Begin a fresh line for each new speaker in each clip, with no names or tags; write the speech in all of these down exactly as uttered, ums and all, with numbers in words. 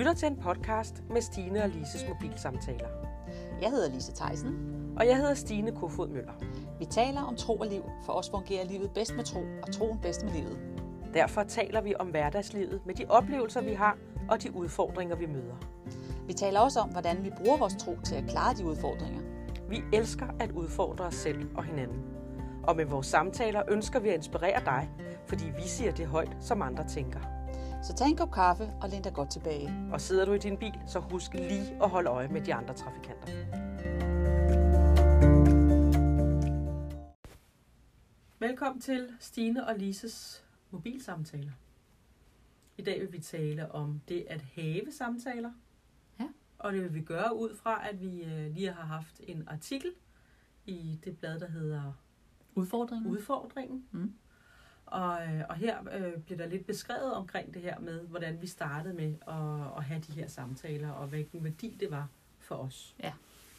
lytter til en podcast med Stine og Lises mobilsamtaler.
Jeg hedder Lise Theisen.
Og jeg hedder Stine Kofod Møller.
Vi taler om tro og liv. For os fungerer livet bedst med tro, og troen bedst med livet.
Derfor taler vi om hverdagslivet med de oplevelser, vi har, og de udfordringer, vi møder.
Vi taler også om, hvordan vi bruger vores tro til at klare de udfordringer.
Vi elsker at udfordre os selv og hinanden. Og med vores samtaler ønsker vi at inspirere dig, fordi vi siger det højt, som andre tænker.
Så tag en kop kaffe og læn dig godt tilbage.
Og sidder du i din bil, så husk lige at holde øje med de andre trafikanter. Velkommen til Stine og Lises mobilsamtaler. I dag vil vi tale om det at have samtaler.
Ja.
Og det vil vi gøre ud fra, at vi lige har haft en artikel i det blad, der hedder
Udfordringen.
Udfordringen.
Mm.
Og, og her øh, bliver der lidt beskrevet omkring det her med, hvordan vi startede med at, at have de her samtaler, og hvilken værdi det var for os.
Ja.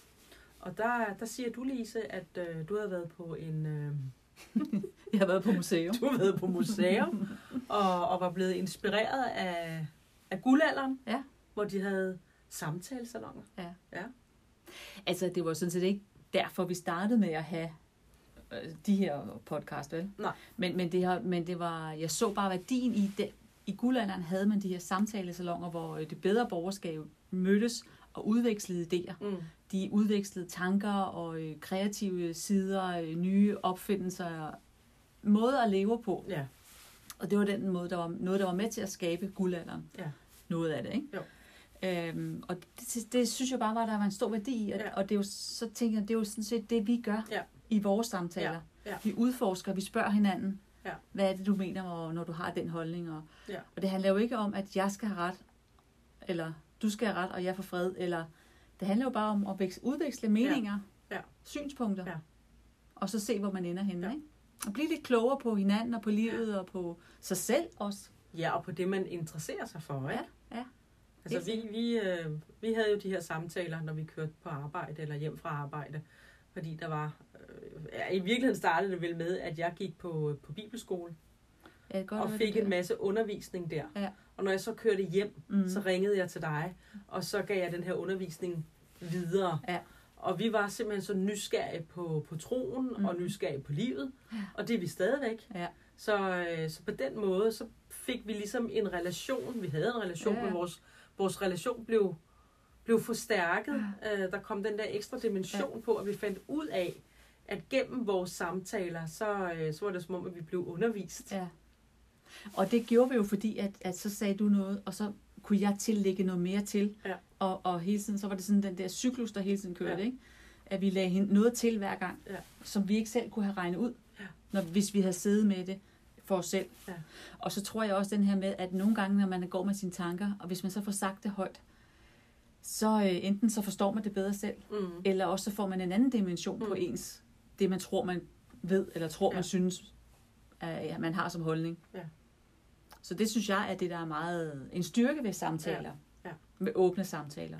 Og der, der siger du, Lise, at øh, du har været på en... Øh,
Jeg har været på museum.
Du har været på museum, og, og var blevet inspireret af, af guldalderen,
Ja.
hvor de havde samtalesalonger.
Ja.
Ja.
Altså, det var sådan set ikke derfor, vi startede med at have øh, de her podcast, vel?
Nej.
Men, men, det har, men det var, jeg så bare værdien i det. I guldalderen havde man de her samtalesalonger, hvor det bedre borgerskab mødtes og udvekslede idéer.
Mm.
De udvekslede tanker og øh, kreative sider, øh, nye opfindelser, måder at leve på.
Ja.
Og det var den måde, der var noget, der var med til at skabe guldalderen.
Ja.
Noget af det, ikke?
Jo.
Øhm, og det, det synes jeg bare var, der var en stor værdi i. Og,
Ja.
og det er jo, så tænker jeg, det er jo sådan set det, vi gør
Ja.
i vores samtaler.
Ja. Ja.
Vi udforsker, vi spørger hinanden,
Ja.
hvad er det, du mener, når du har den holdning. Og,
Ja.
og det handler jo ikke om, at jeg skal have ret, eller du skal have ret, og jeg får fred, eller det handler jo bare om at vækst, udveksle meninger,
Ja. Ja.
synspunkter,
Ja.
og så se, hvor man ender henne.
Ja.
Ikke? Og blive lidt klogere på hinanden, og på livet,
Ja.
og på sig selv også.
Ja, og på det, man interesserer sig for, ikke?
Ja, ja.
Altså, vi, vi, øh, vi havde jo de her samtaler, når vi kørte på arbejde eller hjem fra arbejde, fordi der var... Øh, ja, i virkeligheden startede det vel med, at jeg gik på, på bibelskole,
Ja, godt,
og fik en masse undervisning der.
Ja.
Og når jeg så kørte hjem,
Mm.
så ringede jeg til dig, og så gav jeg den her undervisning videre.
Ja.
Og vi var simpelthen så nysgerrige på, på troen,
Mm.
og nysgerrige på livet,
Ja.
og det er vi stadigvæk.
Ja.
Så, øh, så på den måde, så fik vi ligesom en relation. Vi havde en relation,
Ja.
men vores, vores relation blev, blev forstærket. Ja. Øh, der kom den der ekstra dimension ja. på, at vi fandt ud af, at gennem vores samtaler, så, øh, så var det som om, at vi blev undervist.
Ja. Og det gjorde vi jo, fordi at, at så sagde du noget, og så kunne jeg tillægge noget mere til.
Ja.
Og, og hele tiden, så var det sådan den der cyklus, der hele tiden kørte,
Ja.
ikke? At vi lagde hende noget til hver gang,
Ja.
som vi ikke selv kunne have regnet ud,
Ja.
når, hvis vi havde siddet med det for os selv.
Ja.
Og så tror jeg også den her med, at nogle gange, når man går med sine tanker, og hvis man så får sagt det højt, så øh, enten så forstår man det bedre selv,
Mm.
eller også så får man en anden dimension mm. på
Mm.
ens, det man tror, man ved, eller tror,
Ja.
man synes, at man har som holdning.
Ja.
Så det synes jeg, er det, der er meget en styrke ved samtaler.
Ja. Ja.
Med åbne samtaler.
Ja.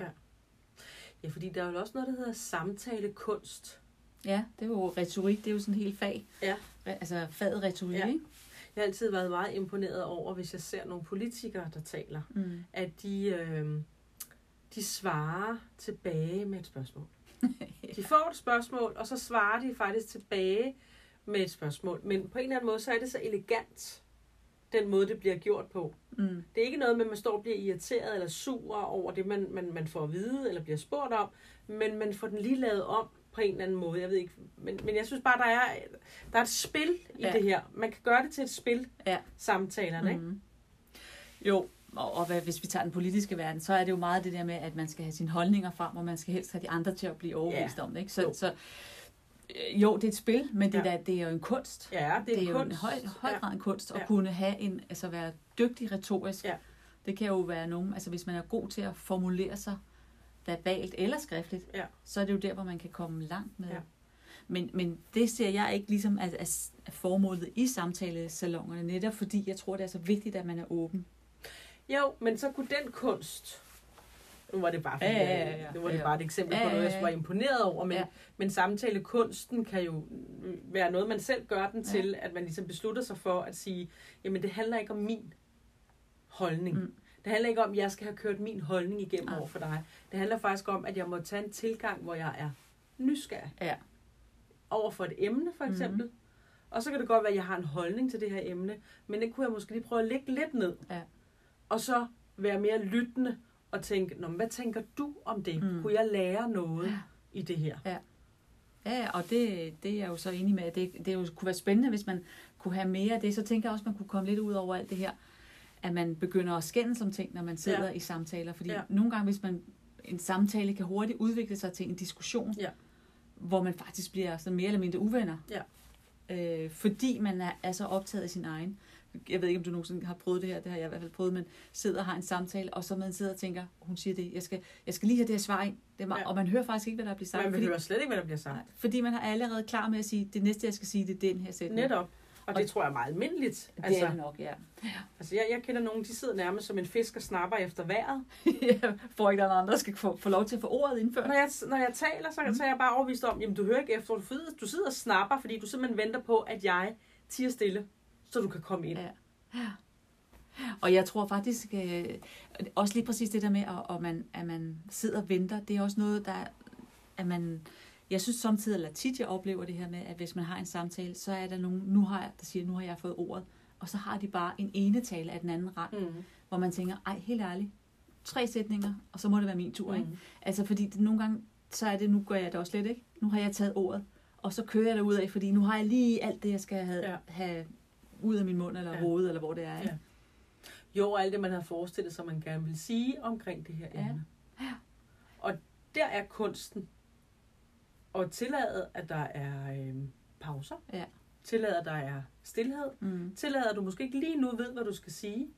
Ja, fordi der er jo også noget, der hedder samtalekunst.
Ja, det er jo retorik, det er jo sådan en helt fag.
Ja.
Altså faget retorik,
Ja.
ikke?
Jeg har altid været meget imponeret over, hvis jeg ser nogle politikere, der taler,
Mm.
at de, øh, de svarer tilbage med et spørgsmål. De får et spørgsmål, og så svarer de faktisk tilbage med et spørgsmål. Men på en eller anden måde, så er det så elegant, den måde, det bliver gjort på.
Mm.
Det er ikke noget med, at man står og bliver irriteret eller sur over det, man, man, man får at vide eller bliver spurgt om, men man får den lige lavet om på en eller anden måde. Jeg ved ikke, men, men jeg synes bare, der er, der er et spil i
Ja.
det her. Man kan gøre det til et spil,
Ja.
samtalerne, ikke?
Mm. Jo, og, og hvad, hvis vi tager den politiske verden, så er det jo meget det der med, at man skal have sine holdninger frem, og man skal helst have de andre til at blive overbevist
Ja.
om det. Ikke? Så,
Jo.
så øh, jo, det er et spil, men det,
Ja.
der, det er jo en kunst.
Ja, det er,
Det er
en
jo
kunst.
en høj, høj
Ja.
grad en kunst at
Ja.
kunne have en, altså være dygtig retorisk.
Ja.
Det kan jo være nogen, altså hvis man er god til at formulere sig verbalt eller skriftligt,
Ja.
så er det jo der, hvor man kan komme langt med.
Ja.
Men, men det ser jeg ikke ligesom at, at, at formålet i samtalesalongerne, netop fordi jeg tror, det er så vigtigt, at man er åben.
Jo, men så kunne den kunst... Nu var det bare, fordi,
Ja, ja, ja, ja.
nu var det
Ja.
bare et eksempel
Ja,
på
ja,
noget,
ja.
jeg var imponeret over, men,
Ja.
men samtalekunsten kan jo være noget, man selv gør den til, at man ligesom beslutter sig for at sige, jamen det handler ikke om min holdning.
Mm.
Det handler ikke om, at jeg skal have kørt min holdning igennem
Ja.
over for dig. Det handler faktisk om, at jeg må tage en tilgang, hvor jeg er nysgerrig.
Ja.
Over for et emne, for eksempel. Mm. Og så kan det godt være, at jeg har en holdning til det her emne, men det kunne jeg måske lige prøve at lægge lidt ned.
Ja.
Og så være mere lyttende og tænke, Nå, hvad tænker du om det? Mm. Kunne jeg lære noget ja. i det her?
Ja. Ja, og det, det er jeg jo så enig med, at det, det jo kunne være spændende, hvis man kunne have mere af det. Så tænker jeg også, at man kunne komme lidt ud over alt det her, at man begynder at skændes om ting, når man sidder ja. i samtaler. Fordi ja. nogle gange, hvis man en samtale kan hurtigt udvikle sig til en diskussion, ja. hvor man faktisk bliver så mere eller mindre uvenner. Ja. Øh, fordi man er, er så optaget af sin egen. Jeg ved ikke, om du nogensinde har prøvet det her, det har jeg i hvert fald prøvet, men sidder og har en samtale, og så man sidder og tænker, hun siger det, jeg skal, jeg skal lige have det her svar ind. Det er meget, ja. Og man hører faktisk ikke, hvad der bliver sagt.
Man
fordi,
hører slet ikke, hvad der bliver sagt.
Fordi man er allerede klar med at sige, det næste, jeg skal sige, det er den her sætning.
Netop. Og det og, tror jeg er meget almindeligt.
Det
altså,
er det nok, ja. ja.
Altså, jeg, jeg kender nogen, de sidder nærmest som en fisk og snapper efter vejret.
ja, for ikke, der er andre, der skal få, få lov til at få ordet indført.
Når jeg, når jeg taler, så, mm. så er jeg bare overbevist om, jamen du hører ikke efter, du, du sidder og snapper, fordi du simpelthen venter på, at jeg tiger stille, så du kan komme ind.
Ja. Ja. Og jeg tror faktisk, øh, også lige præcis det der med, at, at, man, at man sidder og venter, det er også noget, der at man, jeg synes samtidig, eller tit jeg oplever det her med, at hvis man har en samtale, så er der nogen, nu har jeg, der siger, nu har jeg fået ordet, og så har de bare en ene tale af den anden rand, mm. hvor man tænker, ej, helt ærligt, tre sætninger, og så må det være min tur, mm. ikke? Altså, fordi det, nogle gange, så er det, nu gør jeg det også slet ikke, nu har jeg taget ordet, og så kører jeg derud af, fordi nu har jeg lige alt det, jeg skal have, ja. have ud af min mund, eller ja. hoved, eller hvor det er, ikke? Ja.
Jo, alt det, man har forestillet sig, man gerne vil sige omkring det her emne. Ja. Ja. Og der er kunsten at tillade, at der er øh, pauser. Ja. Tillade, at der er stilhed. Mm. Tillade, at du måske ikke lige nu ved, hvad du skal sige.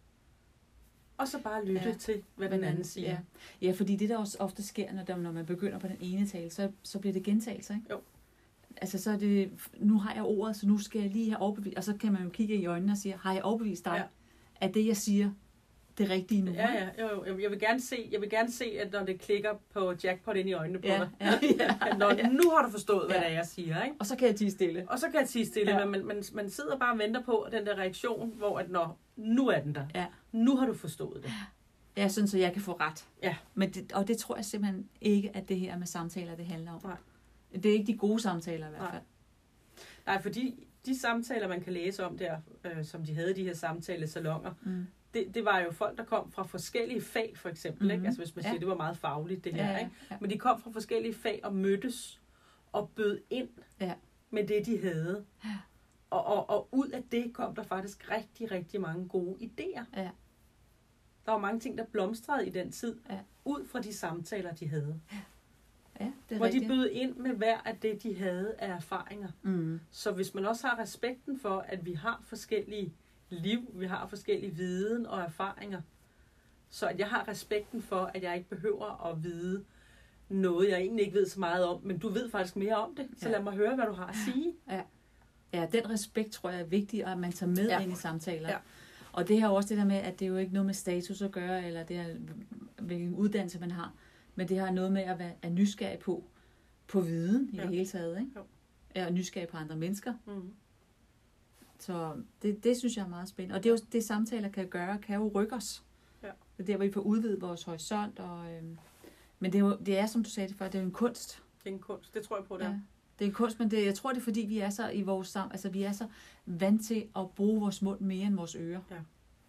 Og så bare lytte ja. til, hvad den anden siger.
Ja. ja, fordi det der også ofte sker, når, der, når man begynder på den ene tale, så, så bliver det gentagelser, ikke? Jo. Altså så er det, nu har jeg ordet, så nu skal jeg lige have overbevist. Og så kan man jo kigge i øjnene og sige, har jeg overbevist dig? Ja. At det, jeg siger, det rigtige nu?
Ja, ja. Jo, jo. Jeg vil gerne se, jeg vil gerne se, at når det klikker på jackpot ind i øjnene på
ja,
dig.
Ja, ja,
når,
ja.
Nu har du forstået, hvad
ja.
det er, jeg siger. Ikke?
Og så kan jeg tie stille.
Og så kan jeg tie stille, ja. men man, man, man sidder bare og venter på den der reaktion, hvor at når, nu er den der. Ja. Nu har du forstået det.
Jeg synes, at jeg kan få ret.
Ja.
Men det, og det tror jeg simpelthen ikke, at det her med samtaler, det handler om. Nej. Det er ikke de gode samtaler i hvert fald.
Nej, Nej fordi de samtaler, man kan læse om der, øh, som de havde, de her samtalesalonger, mm. det, det var jo folk, der kom fra forskellige fag, for eksempel. Mm-hmm. Ikke? Altså hvis man siger, ja. det var meget fagligt, det her. Ja, ja, ikke? Ja. Men de kom fra forskellige fag og mødtes og bød ind ja. med det, de havde. Ja. Og, og, og ud af det kom der faktisk rigtig, rigtig mange gode idéer. Ja. Der var mange ting, der blomstrede i den tid, ja. ud fra de samtaler, de havde. Ja. Ja, det er hvor rigtigt. De bød ind med hver af det, de havde af erfaringer. Mm. Så hvis man også har respekten for, at vi har forskellige liv, vi har forskellige viden og erfaringer, så at jeg har respekten for, at jeg ikke behøver at vide noget, jeg egentlig ikke ved så meget om, men du ved faktisk mere om det, så ja. lad mig høre, hvad du har at sige.
Ja, ja den respekt tror jeg er vigtig, at man tager med ja. ind i samtaler. Ja. Og det her også det der med, at det er jo ikke noget med status at gøre, eller det er, hvilken uddannelse man har, men det har noget med at være er nysgerrig på, på viden i ja. det hele taget, ikke? Jo. Er nysgerrig på andre mennesker. Mm. Så det, det synes jeg er meget spændende. Og det er jo det, samtaler kan gøre, kan jo rykke os. Ja. Det er der, hvor vi får udvidet vores horisont. Og, øhm, men det er, jo, det er, som du sagde det før, det er jo en kunst.
Det er en kunst, det tror jeg på, det er.
Ja. Det er en kunst, men det, jeg tror, det er fordi, vi er så i vores sam, altså vi er så vant til at bruge vores mund mere end vores ører. Ja.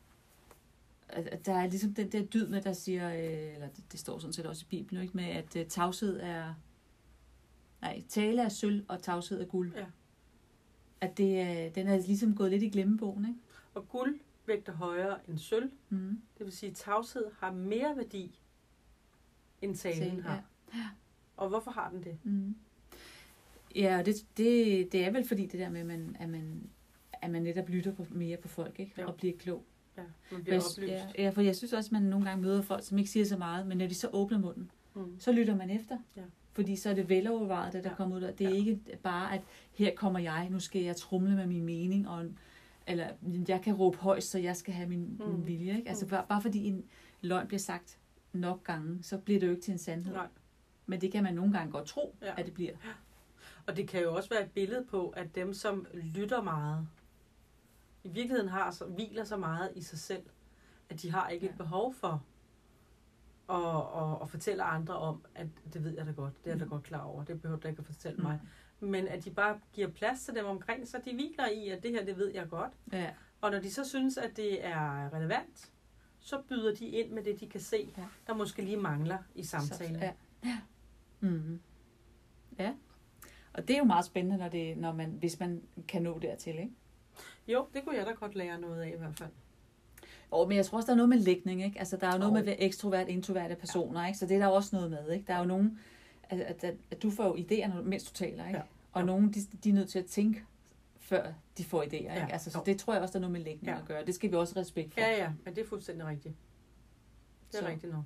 Der er ligesom den der dyd med, der siger, eller det, det står sådan set også i Bibelen, ikke, med at uh, tavshed er, nej, tale er sølv, og tavshed er guld. Ja. At det, den er ligesom gået lidt i glemmebogen, ikke?
Og guld vægter højere end sølv. Mm. Det vil sige, at tavshed har mere værdi, end talen Tale, har. Ja. Ja. Og hvorfor har den det?
Mm. Ja, det, det, det er vel fordi det der med, at man, at man, at man netop lytter på, mere på folk, ikke? Og bliver klog.
Ja, man bliver oplyst.
Ja, ja, for jeg synes også, at man nogle gange møder folk, som ikke siger så meget, men når de så åbner munden, mm. så lytter man efter. Ja. Fordi så er det velovervejet, det der ja. kommer ud af. Det er ja. ikke bare, at her kommer jeg, nu skal jeg tromle med min mening, og, eller jeg kan råbe højst, så jeg skal have min, mm. min vilje. Ikke? Altså mm. bare, bare fordi en løgn bliver sagt nok gange, så bliver det jo ikke til en sandhed. Nej. Men det kan man nogle gange godt tro, ja. at det bliver. Ja.
Og det kan jo også være et billede på, at dem, som lytter meget, i virkeligheden har så, hviler så meget i sig selv. at de har ikke ja. et behov for at, at, at fortælle andre om, at det ved jeg da godt, det er jeg da godt klar over, det behøver du ikke at fortælle mig. Mm. Men at de bare giver plads til dem omkring, så de hviler i, at det her, det ved jeg godt.
Ja.
Og når de så synes, at det er relevant, så byder de ind med det, de kan se, ja. der måske lige mangler i samtalen.
Ja. Ja. Mm-hmm. Ja. Og det er jo meget spændende, når det, når man, hvis man kan nå dertil, ikke?
Jo, det kunne jeg da godt lære noget af i hvert fald.
Og, men jeg tror også, der er noget med lægning, ikke? Altså, der er jo noget oh. med at være ekstrovert, introverte personer, ja. ikke? Så det er der også noget med, ikke? Der er jo nogen, at, at, at, at du får jo idéer, mens du taler, ikke? Ja. Og ja. nogen, de, de er nødt til at tænke, før de får idéer, ikke? Ja. Altså, så det tror jeg også, der er noget med lægning ja. at gøre. Det skal vi også respekt for.
Ja, ja, men det er fuldstændig rigtigt. Det er så. rigtigt nok.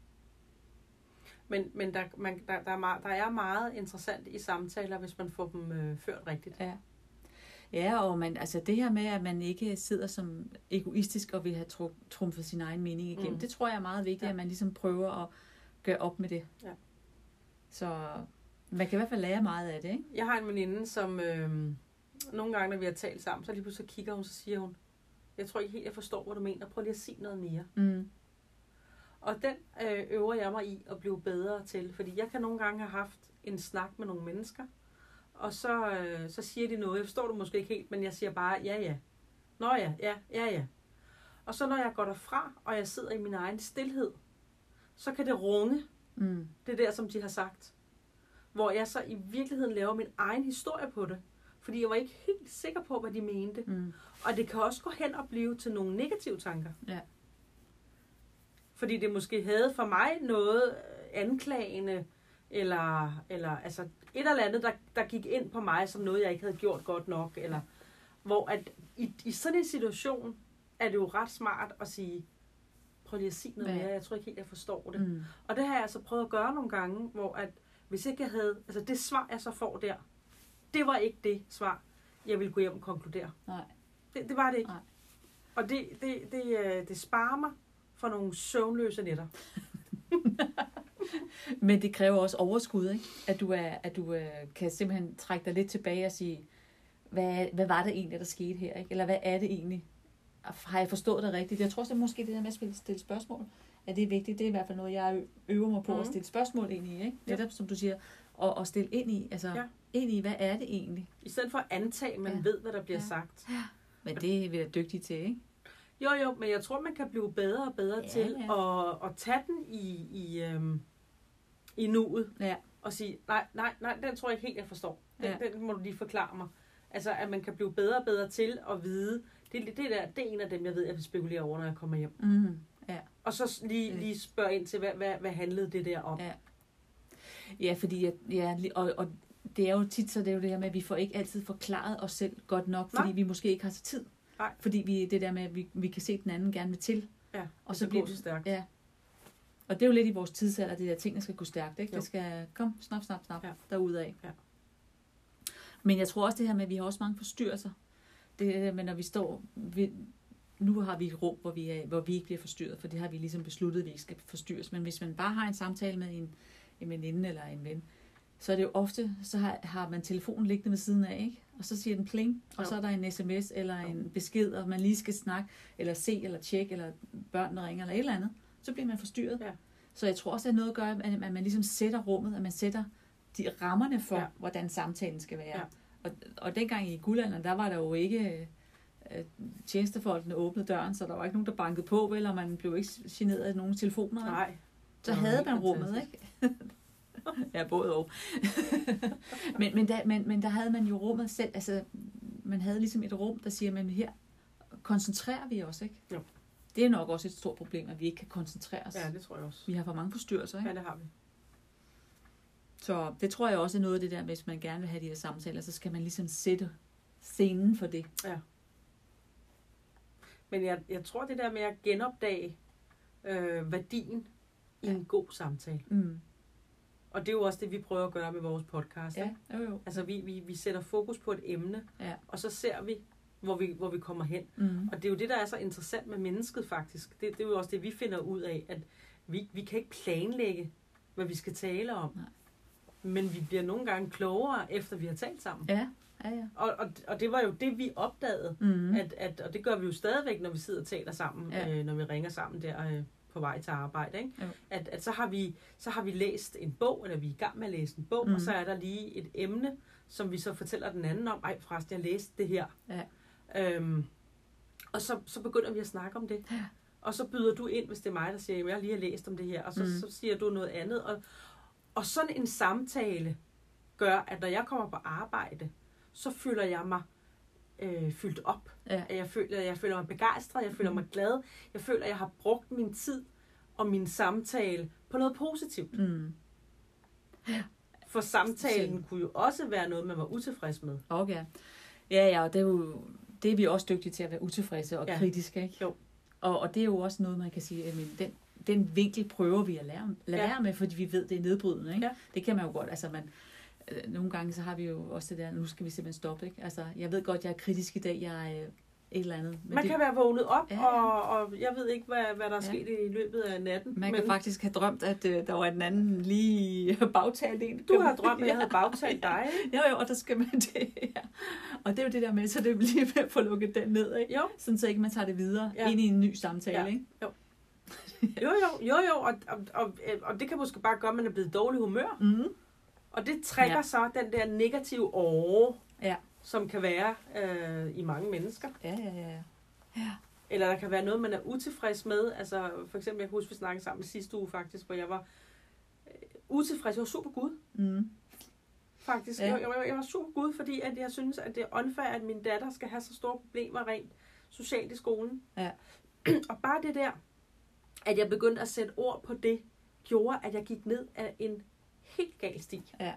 Men, men der, man, der, der, er meget, der er meget interessant i samtaler, hvis man får dem øh, ført rigtigt.
Ja. Ja, og man, altså det her med, at man ikke sidder som egoistisk og vil have tru, trumfet sin egen mening igennem, mm. det tror jeg er meget vigtigt, ja. at man ligesom prøver at gøre op med det. Ja. Så man kan i hvert fald lære meget af det, ikke?
Jeg har en veninde, som øh, nogle gange, når vi har talt sammen, så lige pludselig kigger hun, så siger hun, jeg tror ikke helt, jeg forstår, hvad du mener. Prøv lige at sige noget mere. Mm. Og den øh, øver jeg mig i at blive bedre til, fordi jeg kan nogle gange have haft en snak med nogle mennesker, og så, øh, så siger de noget, jeg forstår det måske ikke helt, men jeg siger bare, ja ja, nå ja, ja, ja ja. Og så når jeg går derfra, og jeg sidder i min egen stilhed, så kan det runge, mm. det der, som de har sagt. Hvor jeg så i virkeligheden laver min egen historie på det, fordi jeg var ikke helt sikker på, hvad de mente. Mm. Og det kan også gå hen og blive til nogle negative tanker. Ja. Fordi det måske havde for mig noget anklagende, eller, eller altså et eller andet, der, der gik ind på mig som noget, jeg ikke havde gjort godt nok. Eller, hvor at i, i sådan en situation er det jo ret smart at sige, prøv lige at sige noget ja. mere, jeg tror ikke helt, jeg forstår det. Mm. Og det har jeg altså prøvet at gøre nogle gange, hvor at, hvis ikke jeg havde, altså det svar, jeg så får der, det var ikke det svar, jeg ville gå hjem og konkludere. Nej. Det, det var det ikke. Nej. Og det, det, det, det, det sparer mig for nogle søvnløse nætter.
Men det kræver også overskud, ikke? At du, er, at du øh, kan simpelthen trække dig lidt tilbage og sige, hvad, hvad var det egentlig, der skete her? Ikke? Eller hvad er det egentlig? Har jeg forstået det rigtigt? Jeg tror også, det er måske det der med at stille spørgsmål, at det er vigtigt. Det er i hvert fald noget, jeg øver mig på mm. at stille spørgsmål ind i. Ikke? Netop, som du siger, og, og stille ind i. Altså, ja. ind i, hvad er det egentlig?
I stedet for at antage, at man ja. ved, hvad der bliver ja. sagt.
Ja. Men det er vi da dygtige til, ikke?
Jo, jo, men jeg tror, man kan blive bedre og bedre ja, til ja. At, at tage den i, i, øhm, i nuet. Ja. Og sige, nej, nej, nej, den tror jeg ikke helt, jeg forstår. Den, ja. den må du lige forklare mig. Altså, at man kan blive bedre og bedre til at vide, det, det, der, det er en af dem, jeg ved, jeg vil spekulere over, når jeg kommer hjem. Mm, ja. Og så lige, lige spørge ind til, hvad, hvad, hvad handlede det der om?
Ja, ja fordi ja, og, og det er jo tit så, det er jo det her med, at vi får ikke altid forklaret os selv godt nok, fordi nej. vi måske ikke har så tid. Nej. Fordi vi det der med, at vi, vi kan se, at den anden gerne vil til.
Ja, og så bliver det stærkt.
Ja. Og det er jo lidt i vores tidsalder, det der tingene skal gå stærkt, ikke? Jo. Det skal komme snap, snap, snap ja. derudad. Ja. Men jeg tror også det her med, at vi har også mange forstyrrelser. Det der med, når vi står... Vi, nu har vi et rum, hvor vi, er, hvor vi ikke bliver forstyrret, for det har vi ligesom besluttet, at vi ikke skal forstyrres. Men hvis man bare har en samtale med en, en veninde eller en ven, så er det jo ofte, så har, har man telefonen liggende ved siden af, ikke? Og så siger den pling, og jo. så er der en sms eller jo. en besked, og man lige skal snakke, eller se, eller tjekke, eller børnene ringer, eller et eller andet. Så bliver man forstyrret. Ja. Så jeg tror også, at noget gør, at man ligesom sætter rummet, at man sætter de rammerne for, ja. hvordan samtalen skal være. Ja. Og, og dengang i guldalderen, der var der jo ikke... Øh, tjenestefolkene åbnede døren, så der var ikke nogen, der bankede på, vel, og man blev ikke generet af nogen telefoner.
Nej.
Så havde man rummet, ikke? Ja, både og. men, men, der, men, men der havde man jo rummet selv, altså man havde ligesom et rum, der siger, men her koncentrerer vi os, ikke? Jo. Det er nok også et stort problem, at vi ikke kan koncentrere os.
Ja, det tror jeg også.
Vi har for mange forstyrrelser, ikke?
Ja, det har vi.
Så det tror jeg også er noget af det der, hvis man gerne vil have de her samtaler, så skal man ligesom sætte scenen for det.
Ja. Men jeg, jeg tror, det der med at genopdage øh, værdien i ja. en god samtale. Mm. Og det er jo også det, vi prøver at gøre med vores podcast.
Ja, jo, jo.
Altså, vi, vi, vi sætter fokus på et emne, ja. og så ser vi, hvor vi, hvor vi kommer hen. Mm. Og det er jo det, der er så interessant med mennesket, faktisk. Det, det er jo også det, vi finder ud af, at vi, vi kan ikke planlægge, hvad vi skal tale om. Nej. Men vi bliver nogle gange klogere, efter vi har talt sammen.
Ja, Ja, ja.
Og, og, og det var jo det, vi opdagede,
Mm.
at, at, og det gør vi jo stadigvæk, når vi sidder og taler sammen,
Ja.
øh, når vi ringer sammen der øh, på vej til arbejde. Ikke?
Jo.
At, at så, har vi, så har vi læst en bog, eller vi er i gang med at læse en bog, mm. og så er der lige et emne, som vi så fortæller den anden om. Ej, forresten, jeg læste det her.
Ja.
Øhm, og så, så begynder vi at snakke om det.
Ja.
Og så byder du ind, hvis det er mig, der siger, at jeg lige har læst om det her. Og så,
Mm.
så siger du noget andet. Og, og sådan en samtale gør, at når jeg kommer på arbejde, så føler jeg mig øh, fyldt op.
Ja.
At Jeg føler, jeg føler mig begejstret, jeg føler
Mm.
mig glad. Jeg føler, at jeg har brugt min tid og min samtale på noget positivt.
Mm.
For samtalen
Selv.
kunne jo også være noget, man var utilfreds med.
Okay. Ja, ja, og det er jo det er vi også dygtige til at være utilfredse og
Ja.
ja. kritiske, ikke?
Jo.
Og, og det er jo også noget, man kan sige, at men den, den vinkel prøver vi at lære, lade
Ja.
være med, fordi vi ved, det er nedbrydende, ikke?
Ja.
Det kan man jo godt, altså man, øh, nogle gange så har vi jo også det der, nu skal vi simpelthen stoppe, ikke? Altså, jeg ved godt, jeg er kritisk i dag, jeg er øh, et eller andet. Men
Man
det,
kan være vågnet op,
Ja,
ja,
ja.
Og, og jeg ved ikke, hvad, hvad der er
Ja.
sket i løbet af natten.
man
men
kan faktisk have drømt, at øh, der var en anden lige bagtalt en.
du har drømt, at jeg havde bagtalt dig, ikke?
Jo, jo, og der skal man det her. Og det er jo det der med, så det er lige ved at få lukket den ned, ikke?
Jo,
Sådan så ikke man tager det videre
Ja.
ind i en ny samtale,
Ja.
ikke?
jo, jo, jo, jo og, og, og, og det kan måske bare gøre, at man er blevet i dårlig humør.
Mm.
Og det trækker
Ja.
ja. så den der negative åre,
Ja.
som kan være øh, i mange mennesker.
Ja, ja, ja, ja. Ja.
Eller der kan være noget, man er utilfreds med. Altså for eksempel, jeg kan huske, vi snakkede sammen sidste uge faktisk, hvor jeg var øh, utilfreds. Jeg var sur på Gud,
Mm.
faktisk.
Ja.
Jeg, jeg, jeg var sur på Gud, fordi at jeg synes, at det er unfair, at min datter skal have så store problemer rent socialt i skolen.
Ja.
Og bare det der, at jeg begyndte at sætte ord på det, gjorde, at jeg gik ned af en helt gal sti.
Ja.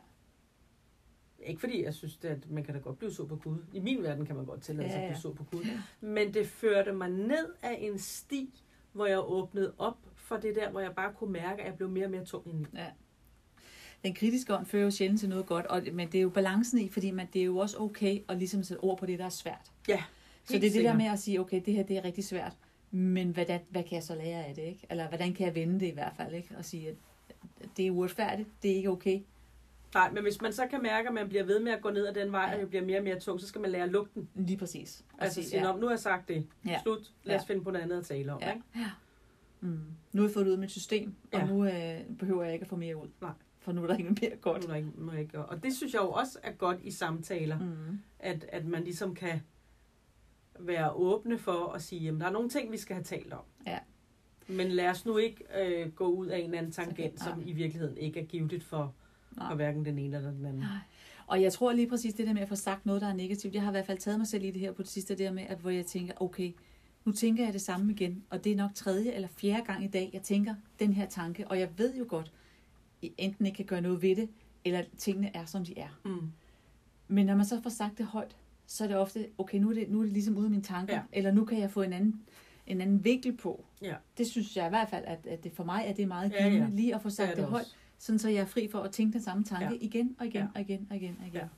Ikke fordi jeg synes, at man kan da godt blive sur på Gud. I min verden kan man godt tillade sig
Ja,
at
ja.
blive sur på Gud. Men det førte mig ned af en sti, hvor jeg åbnede op for det der, hvor jeg bare kunne mærke, at jeg blev mere og mere tung i
Ja. Den kritiske ånd fører jo sjældent til noget godt, og, men det er jo balancen i, fordi man, det er jo også okay at ligesom sætte ord på det, der er svært.
Ja,
Så det er det der med at sige, okay, det her det er rigtig svært, men hvad, hvad kan jeg så lære af det, ikke? Eller hvordan kan jeg vende det i hvert fald, ikke? Og sige, at det er uretfærdigt, det er ikke okay.
Nej, men hvis man så kan mærke, at man bliver ved med at gå ned ad den vej,
Ja.
og det bliver mere og mere tung, så skal man lære at lukke den.
Lige præcis. Og
Altså
sige,
sige,
ja.
"Nå, nu har jeg sagt det.
Ja.
Slut. Lad os
Ja.
finde på noget andet at tale om.
Ja.
Ikke?
Ja. Mm. Nu har jeg fået det ud af mit system, og
Ja.
nu øh, behøver jeg ikke at få mere ud.
Nej.
For nu er der ikke mere godt.
Nu er der ikke, nu er der ikke, og det synes jeg jo også er godt i samtaler,
Mm.
at, at man ligesom kan være åbne for at sige, at der er nogle ting, vi skal have talt om.
Ja.
Men lad os nu ikke øh, gå ud af en anden tangent,
Nej.
som i virkeligheden ikke er givetigt for,
Nej.
for hverken den ene eller den anden.
Nej. Og jeg tror lige præcis det der med at få sagt noget, der er negativt. Jeg har i hvert fald taget mig selv i det her på det sidste, det der med, at hvor jeg tænker, okay, nu tænker jeg det samme igen. Og det er nok tredje eller fjerde gang i dag, jeg tænker den her tanke. Og jeg ved jo godt, I enten ikke kan gøre noget ved det, eller tingene er, som de er.
Mm.
Men når man så får sagt det højt, så er det ofte, okay, nu er det, nu er det ligesom ude af mine tanker.
Ja.
Eller nu kan jeg få en anden, en anden vinkel på.
Ja.
Det synes jeg i hvert fald, at, at det for mig er det meget
Ja, ja.
givende, lige at få
Det
sagt
er
det,
det
det højt.
også.
Sådan så jeg er fri for at tænke den samme tanke
Ja.
igen og igen
Ja.
og igen og igen og igen.
Ja.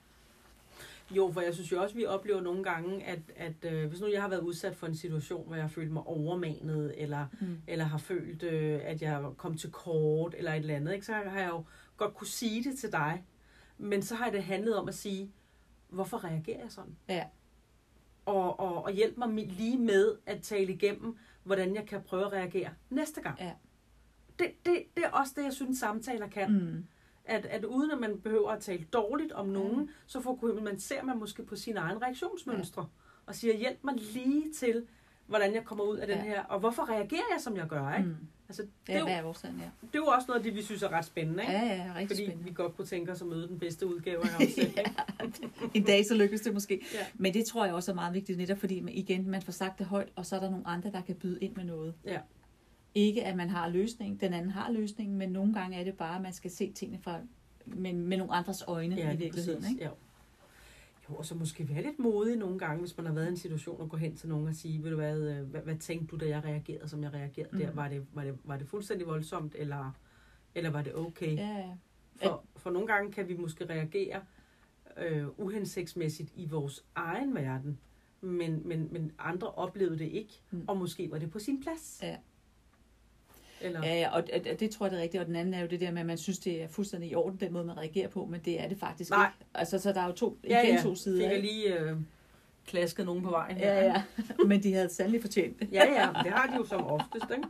Jo, for jeg synes jo også, vi oplever nogle gange, at, at øh, hvis nu jeg har været udsat for en situation, hvor jeg har følt mig overmanet, eller,
Mm.
eller har følt, øh, at jeg kom til kort, eller et eller andet, ikke? Så har jeg jo godt kunne sige det til dig. Men så har det handlet om at sige, hvorfor reagerer jeg sådan?
Ja.
Og, og, og hjælpe mig mi- lige med at tale igennem, hvordan jeg kan prøve at reagere næste gang.
Ja.
Det, det, det er også det, jeg synes, samtaler kan.
Mm.
At, at uden at man behøver at tale dårligt om nogen,
Mm.
så får man ser man måske på sine egne reaktionsmønstre. Ja. Og siger, hjælp mig lige til, hvordan jeg kommer ud af den
Ja.
her. Og hvorfor reagerer jeg, som jeg gør? Ikke?
Mm.
Altså, det,
Ja,
er jo,
hvad er vores ja.
det er jo også noget af det, vi synes er ret spændende. Ikke?
Ja, ja, rigtig
Fordi
spændende.
vi godt kunne tænke os at møde den bedste udgave af os selv. Ikke?
En dag så lykkes det måske.
Ja.
Men det tror jeg også er meget vigtigt, netop fordi man, igen, man får sagt det højt, og så er der nogle andre, der kan byde ind med noget.
Ja.
Ikke at man har løsning, den anden har løsningen, men nogle gange er det bare, at man skal se tingene fra, med, med nogle andres øjne
Ja,
i virkeligheden.
præcis.
Ikke?
Jo. Jo, og så måske være lidt modig nogle gange, hvis man har været i en situation, og gå hen til nogen og sige, ved du hvad, øh, hvad, hvad tænkte du, da jeg reagerede, som jeg reagerede mm. der? Var det, var, det, var det fuldstændig voldsomt, eller, eller var det okay?
Ja, ja.
For, for nogle gange kan vi måske reagere øh, uhensigtsmæssigt i vores egen verden, men, men, men andre oplevede det ikke,
Mm.
og måske var det på sin plads.
Ja.
Eller?
Ja, ja, og det, det tror jeg det er rigtigt. Og den anden er jo det der med, at man synes, det er fuldstændig i orden, den måde, man reagerer på, men det er det faktisk
Nej.
ikke. Altså, så der er jo to,
Ja,
igen
ja.
to sider.
Fik jeg lige øh, klasket nogen på vejen her.
Ja, ja. Men de havde sandelig fortjent det.
Ja, ja. Det har de jo som oftest, ikke?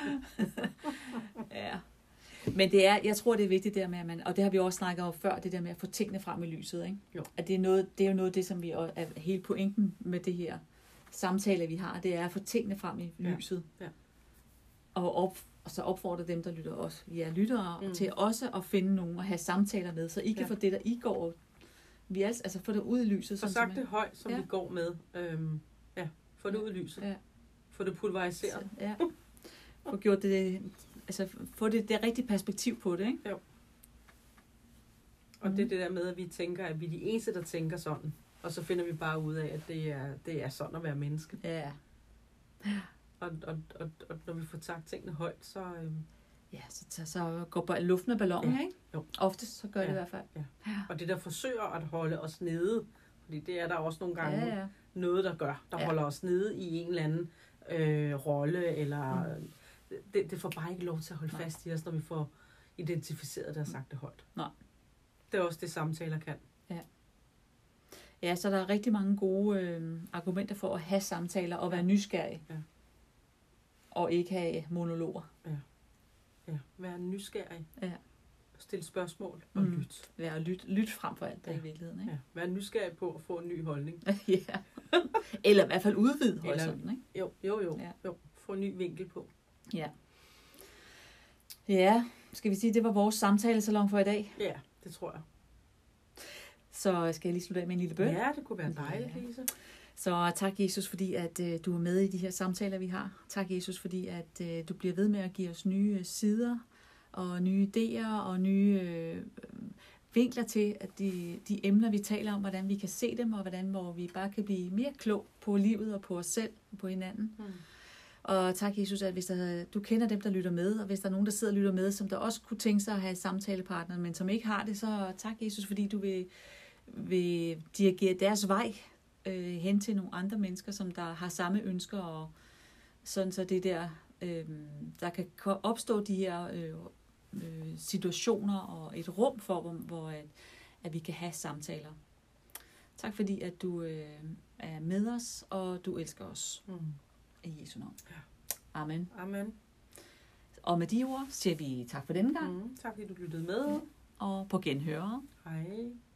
Ja. Men det er, jeg tror, det er vigtigt der med, at man, og det har vi også snakket om før, det der med at få tingene frem i lyset, ikke?
Jo.
At det er noget, det er jo noget af det, som vi også, er hele pointen med det her samtale, vi har, det er at få tingene frem i lyset.
Ja. Ja.
Og, op, og så opfordre dem, der lytter os, ja, lyttere,
Mm.
til også at finde nogen og have samtaler med, så I kan
Ja.
få det, der I går, vi altså, altså få det ud i lyset.
Få
sådan
sagt
som
det højt, som
Ja.
vi går med. Øhm, ja, få det ud i lyset.
Ja.
Få det pulveriseret.
Ja. Få gjort det, altså få det, det rigtige perspektiv på det, ikke?
Jo. Og mm. det er det der med, at vi tænker, at vi er de eneste, der tænker sådan. Og så finder vi bare ud af, at det er, det er sådan at være menneske.
Ja.
Og, og, og, og når vi får sagt tingene højt, så... Øhm,
Ja, så, så, så går bare luften af ballonen,
Ja.
ikke?
Jo.
Oftest så gør
Ja.
det i hvert fald.
Ja.
Ja.
og det der forsøger at holde os nede, fordi det er der også nogle gange
Ja, ja.
noget, der gør, der
Ja.
ja. holder os nede i en eller anden øh, rolle, eller
Mm.
det, det får bare ikke lov til at holde
Nej.
fast i os, når vi får identificeret det og sagt det højt.
Nej.
Det er også det, samtaler kan.
Ja, så der er rigtig mange gode øh, argumenter for at have samtaler og være
Ja.
nysgerrig.
Ja.
Og ikke have monologer.
Ja. Være nysgerrig.
Ja.
Stille spørgsmål og
Mm.
lytte.
Være lyt, lyt frem for alt, der
Ja.
i virkeligheden. Ikke?
Ja. Være nysgerrig på at få en ny holdning.
Ja. Eller i hvert fald udvide
Eller-
horisonten, ikke?
Jo, jo, jo.
Ja.
Ja. jo. Få en ny vinkel på.
Ja. Ja, skal vi sige, det var vores samtalesalon for i dag.
Ja, det tror jeg.
Så skal jeg lige slutte af med en lille bøn.
Ja, det kunne være dejligt,
Ja.
Lise.
Så tak, Jesus, fordi at øh, du er med i de her samtaler, vi har. Tak, Jesus, fordi at øh, du bliver ved med at give os nye øh, sider og nye idéer og nye øh, vinkler til at de, de emner, vi taler om, hvordan vi kan se dem, og hvordan hvor vi bare kan blive mere klog på livet og på os selv og på hinanden.
Mm.
Og tak, Jesus, at hvis der, du kender dem, der lytter med, og hvis der er nogen, der sidder og lytter med, som der også kunne tænke sig at have samtalepartner, men som ikke har det, så tak, Jesus, fordi du vil, vil dirigere deres vej øh, hen til nogle andre mennesker, som der har samme ønsker, og sådan så det der, øh, der kan ko- opstå de her øh, øh, situationer og et rum for, hvor, hvor at, at vi kan have samtaler. Tak fordi, at du øh, er med os, og du elsker os.
Mm.
I Jesu navn.
Ja.
Amen.
Amen.
Og med de ord siger vi tak for denne gang,
Mm. Tak fordi du lyttede med.
og på genhør.
Hej.